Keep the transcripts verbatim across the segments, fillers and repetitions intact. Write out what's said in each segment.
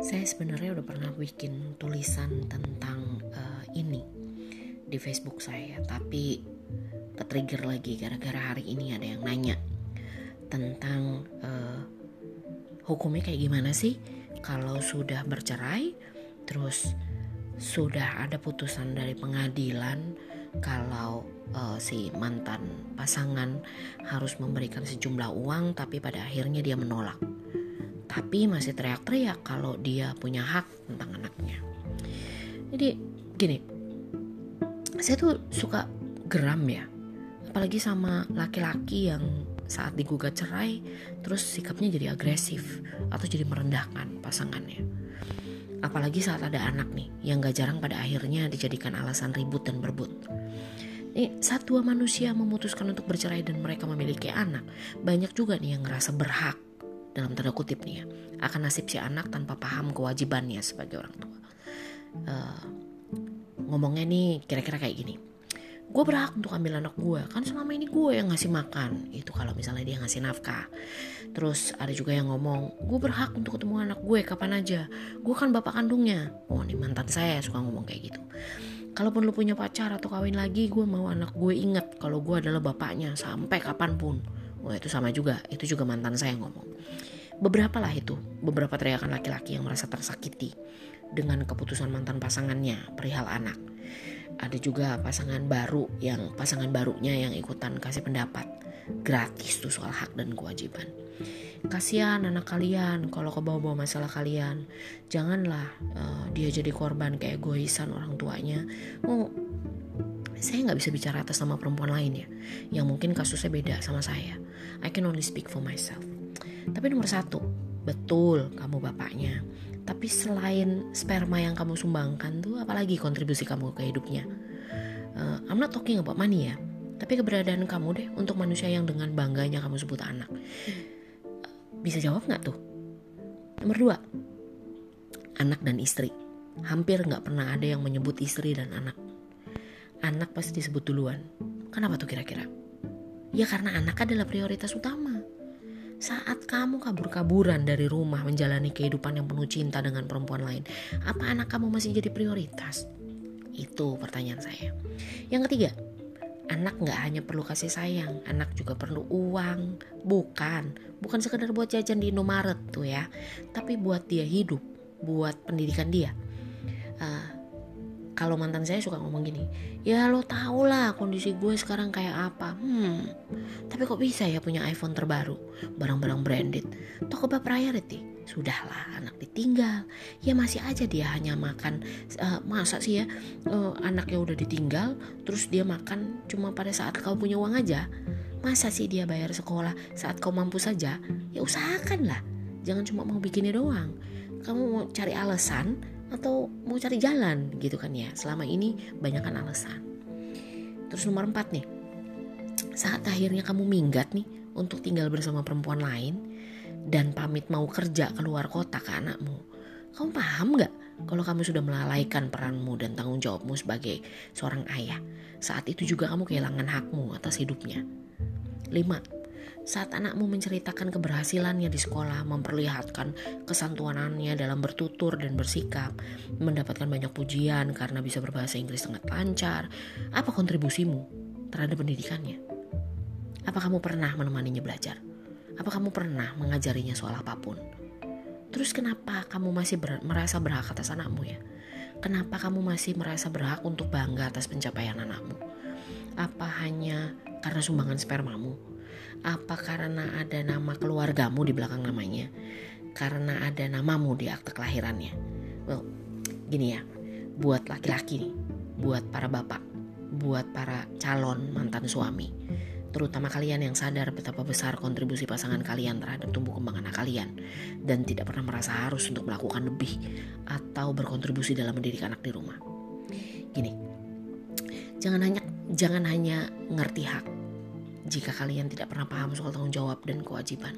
Saya sebenarnya udah pernah bikin tulisan tentang uh, ini di Facebook saya, tapi ke-trigger lagi gara-gara hari ini ada yang nanya tentang uh, hukumnya kayak gimana sih kalau sudah bercerai, terus sudah ada putusan dari pengadilan kalau uh, si mantan pasangan harus memberikan sejumlah uang, tapi pada akhirnya dia menolak. Tapi masih teriak-teriak kalau dia punya hak tentang anaknya. Jadi gini, saya tuh suka geram ya, apalagi sama laki-laki yang saat digugat cerai terus sikapnya jadi agresif atau jadi merendahkan pasangannya. Apalagi saat ada anak nih, yang gak jarang pada akhirnya dijadikan alasan ribut dan berebut. Nih, saat dua manusia memutuskan untuk bercerai dan mereka memiliki anak, banyak juga nih yang ngerasa berhak, dalam tanda kutip nih ya, akan nasib si anak tanpa paham kewajibannya sebagai orang tua. Uh, ngomongnya nih kira-kira kayak gini, gue berhak untuk ambil anak gue, kan selama ini gue yang ngasih makan, itu kalau misalnya dia ngasih nafkah. Terus ada juga yang ngomong, gue berhak untuk ketemu anak gue kapan aja, gue kan bapak kandungnya. Oh, nih mantan saya suka ngomong kayak gitu. Kalaupun lu punya pacar atau kawin lagi, gue mau anak gue ingat kalau gue adalah bapaknya sampai kapanpun. Wah, itu sama juga, itu juga mantan saya ngomong. Beberapa lah itu, beberapa teriakan laki-laki yang merasa tersakiti dengan keputusan mantan pasangannya perihal anak. Ada juga pasangan baru yang pasangan barunya yang ikutan kasih pendapat gratis tuh soal hak dan kewajiban. Kasihan anak kalian kalau kebawa-bawa masalah kalian. Janganlah uh, dia jadi korban keegoisan orang tuanya. Oh, saya nggak bisa bicara atas nama perempuan lain ya, yang mungkin kasusnya beda sama saya. I can only speak for myself. Tapi nomor satu, betul kamu bapaknya. Tapi selain sperma yang kamu sumbangkan tuh, apalagi kontribusi kamu ke hidupnya? Uh, I'm not talking about money ya, tapi keberadaan kamu deh untuk manusia yang dengan bangganya kamu sebut anak. Bisa jawab nggak tuh? Nomor dua, anak dan istri. Hampir nggak pernah ada yang menyebut istri dan anak. Anak pasti disebut duluan. Kenapa tuh kira-kira? Ya karena anak adalah prioritas utama. Saat kamu kabur-kaburan dari rumah menjalani kehidupan yang penuh cinta dengan perempuan lain, apa anak kamu masih jadi prioritas? Itu pertanyaan saya. Yang ketiga, anak gak hanya perlu kasih sayang, anak juga perlu uang. Bukan, bukan sekedar buat jajan di Indomaret tuh ya, tapi buat dia hidup, buat pendidikan dia. Uh, Kalau mantan saya suka ngomong gini, ya lo tau lah kondisi gue sekarang kayak apa. Hmm, tapi kok bisa ya punya iPhone terbaru, barang-barang branded, toko priority. Sudahlah, anak ditinggal, ya masih aja dia hanya makan. Uh, masa sih ya uh, anaknya udah ditinggal, terus dia makan cuma pada saat kau punya uang aja. Masa sih dia bayar sekolah saat kau mampu saja? Ya usahakan lah, jangan cuma mau bikinnya doang. Kamu mau cari alasan atau mau cari jalan gitu kan ya. Selama ini banyakkan alasan. Terus nomor empat nih, saat akhirnya kamu minggat nih untuk tinggal bersama perempuan lain dan pamit mau kerja keluar kota ke anakmu, kamu paham gak kalau kamu sudah melalaikan peranmu dan tanggung jawabmu sebagai seorang ayah? Saat itu juga kamu kehilangan hakmu atas hidupnya. Lima, saat anakmu menceritakan keberhasilannya di sekolah, memperlihatkan kesantunannya dalam bertutur dan bersikap, mendapatkan banyak pujian karena bisa berbahasa Inggris sangat lancar, apa kontribusimu terhadap pendidikannya? Apa kamu pernah menemaninya belajar? Apa kamu pernah mengajarinya soal apapun? Terus kenapa kamu masih ber- merasa berhak atas anakmu ya? Kenapa kamu masih merasa berhak untuk bangga atas pencapaian anakmu? Apa hanya karena sumbangan spermamu? Apa karena ada nama keluargamu di belakang namanya? Karena ada namamu di akte kelahirannya? Well, gini ya, buat laki-laki nih, buat para bapak, buat para calon mantan suami, terutama kalian yang sadar betapa besar kontribusi pasangan kalian terhadap tumbuh kembang anak kalian dan tidak pernah merasa harus untuk melakukan lebih atau berkontribusi dalam mendidik anak di rumah. Gini, jangan hanya jangan hanya ngerti hak jika kalian tidak pernah paham soal tanggung jawab dan kewajiban.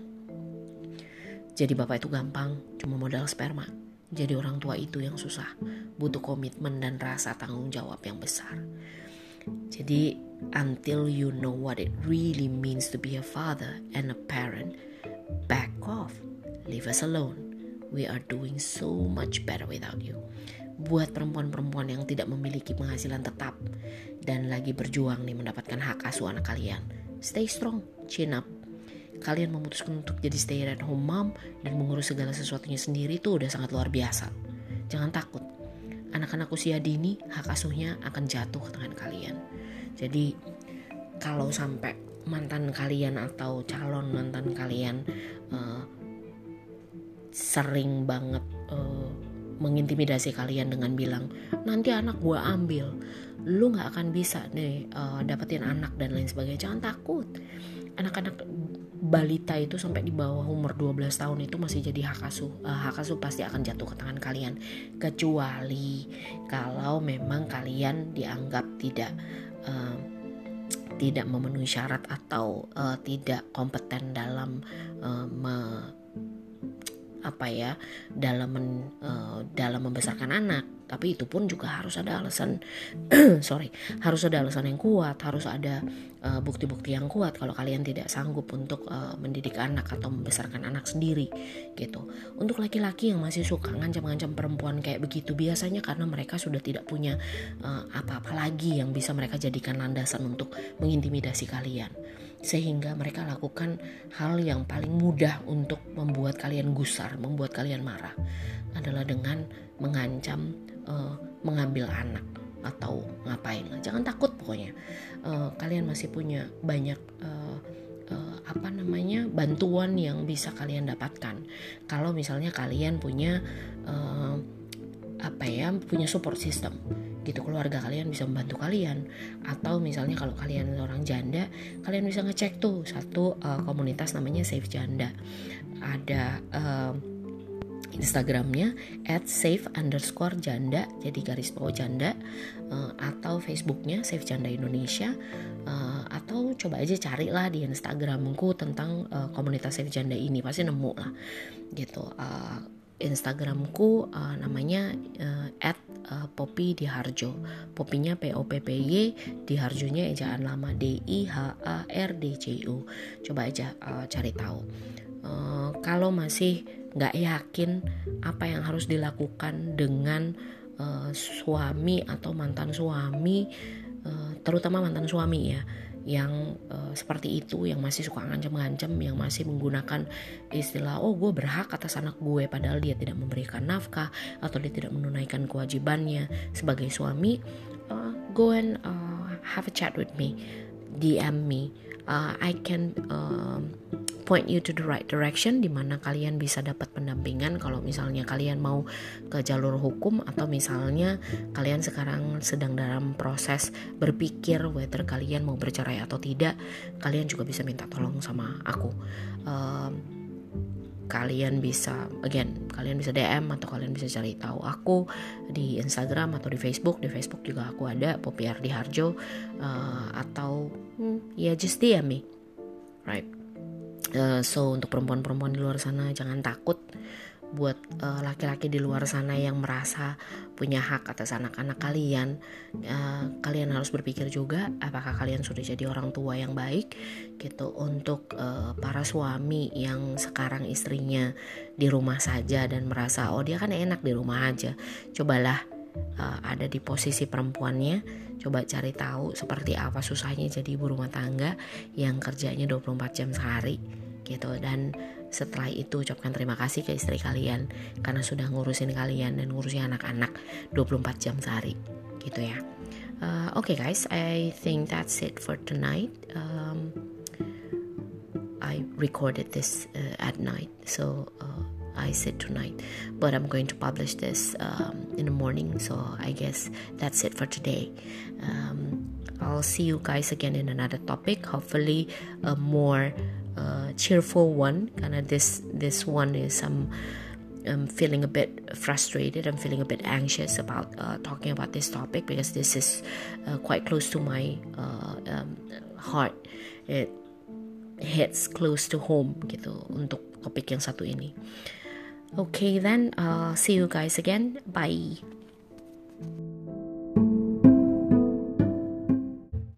Jadi bapak itu gampang, cuma modal sperma. Jadi orang tua itu yang susah, butuh komitmen dan rasa tanggung jawab yang besar. Jadi until you know what it really means to be a father and a parent, back off, leave us alone. we are doing so much better without you. Buat perempuan-perempuan yang tidak memiliki penghasilan tetap dan lagi berjuang nih mendapatkan hak asuh anak kalian, stay strong, chin up. Kalian memutuskan untuk jadi stay at home mom dan mengurus segala sesuatunya sendiri itu udah sangat luar biasa. Jangan takut, anak-anak usia dini hak asuhnya akan jatuh ke tangan kalian. Jadi kalau sampai mantan kalian atau calon mantan kalian uh, sering banget uh, mengintimidasi kalian dengan bilang nanti anak gue ambil, lu nggak akan bisa nih uh, dapetin anak dan lain sebagainya, jangan takut. Anak-anak balita itu sampai di bawah umur dua belas tahun itu masih jadi hak asuh. Uh, hak asuh pasti akan jatuh ke tangan kalian, kecuali kalau memang kalian dianggap tidak uh, tidak memenuhi syarat atau uh, tidak kompeten dalam uh, me, apa ya dalam men, uh, dalam membesarkan anak. Tapi itu pun juga harus ada alasan sorry harus ada alasan yang kuat, harus ada uh, bukti-bukti yang kuat kalau kalian tidak sanggup untuk uh, mendidik anak atau membesarkan anak sendiri gitu. Untuk laki-laki yang masih suka ngancam-ngancam perempuan kayak begitu, biasanya karena mereka sudah tidak punya uh, apa-apa lagi yang bisa mereka jadikan landasan untuk mengintimidasi kalian, sehingga mereka lakukan hal yang paling mudah untuk membuat kalian gusar, membuat kalian marah adalah dengan mengancam uh, mengambil anak atau ngapain lah. Jangan takut pokoknya. Uh, kalian masih punya banyak uh, uh, apa namanya bantuan yang bisa kalian dapatkan. Kalau misalnya kalian punya uh, apa ya punya support system gitu, keluarga kalian bisa membantu kalian. Atau misalnya kalau kalian seorang janda, kalian bisa ngecek tuh satu uh, komunitas namanya Safe Janda. Ada uh, Instagramnya at safe underscore janda, jadi garis bawah janda, uh, atau Facebooknya Safe Janda Indonesia, uh, atau coba aja carilah di Instagramku tentang uh, komunitas Safe Janda ini, pasti nemu lah gitu. uh, Instagramku uh, namanya uh, at uh, Poppy Diharjo, Poppynya P O P P Y, Diharjonya ejaan lama D I H A R D J U. Coba aja uh, cari tahu. Uh, kalau masih nggak yakin apa yang harus dilakukan dengan uh, suami atau mantan suami, uh, terutama mantan suami ya, yang uh, seperti itu, yang masih suka ngancam-ngancam, yang masih menggunakan istilah oh gue berhak atas anak gue, padahal dia tidak memberikan nafkah atau dia tidak menunaikan kewajibannya sebagai suami, uh, go and uh, have a chat with me, D M me, uh, I can uh, point you to the right direction, di mana kalian bisa dapat pendampingan kalau misalnya kalian mau ke jalur hukum, atau misalnya kalian sekarang sedang dalam proses berpikir whether kalian mau bercerai atau tidak, kalian juga bisa minta tolong sama aku. Um, kalian bisa again kalian bisa D M atau kalian bisa cari tahu aku di Instagram atau di Facebook. Di Facebook juga aku ada Poppy Diharjo, uh, atau hmm, ya just D M me, right? Uh, so untuk perempuan-perempuan di luar sana, jangan takut. Buat uh, laki-laki di luar sana yang merasa punya hak atas anak-anak kalian, uh, kalian harus berpikir juga apakah kalian sudah jadi orang tua yang baik gitu. Untuk uh, para suami yang sekarang istrinya di rumah saja dan merasa oh dia kan enak di rumah aja, cobalah uh, ada di posisi perempuannya, coba cari tahu seperti apa susahnya jadi ibu rumah tangga yang kerjanya dua puluh empat jam sehari gitu. Dan setelah itu ucapkan terima kasih ke istri kalian karena sudah ngurusin kalian dan ngurusin anak-anak dua puluh empat jam sehari gitu ya. uh, Oke okay guys, I think that's it for tonight. um, I recorded this uh, at night, so uh, I said tonight, but I'm going to publish this um, in the morning, so I guess that's it for today. um, I'll see you guys again in another topic, hopefully a more uh, cheerful one, karena this this one is um, I'm feeling a bit frustrated, I'm feeling a bit anxious about uh, talking about this topic because this is uh, quite close to my uh, um, heart. It hits close to home gitu untuk topik yang satu ini. Okay then, uh, see you guys again. Bye.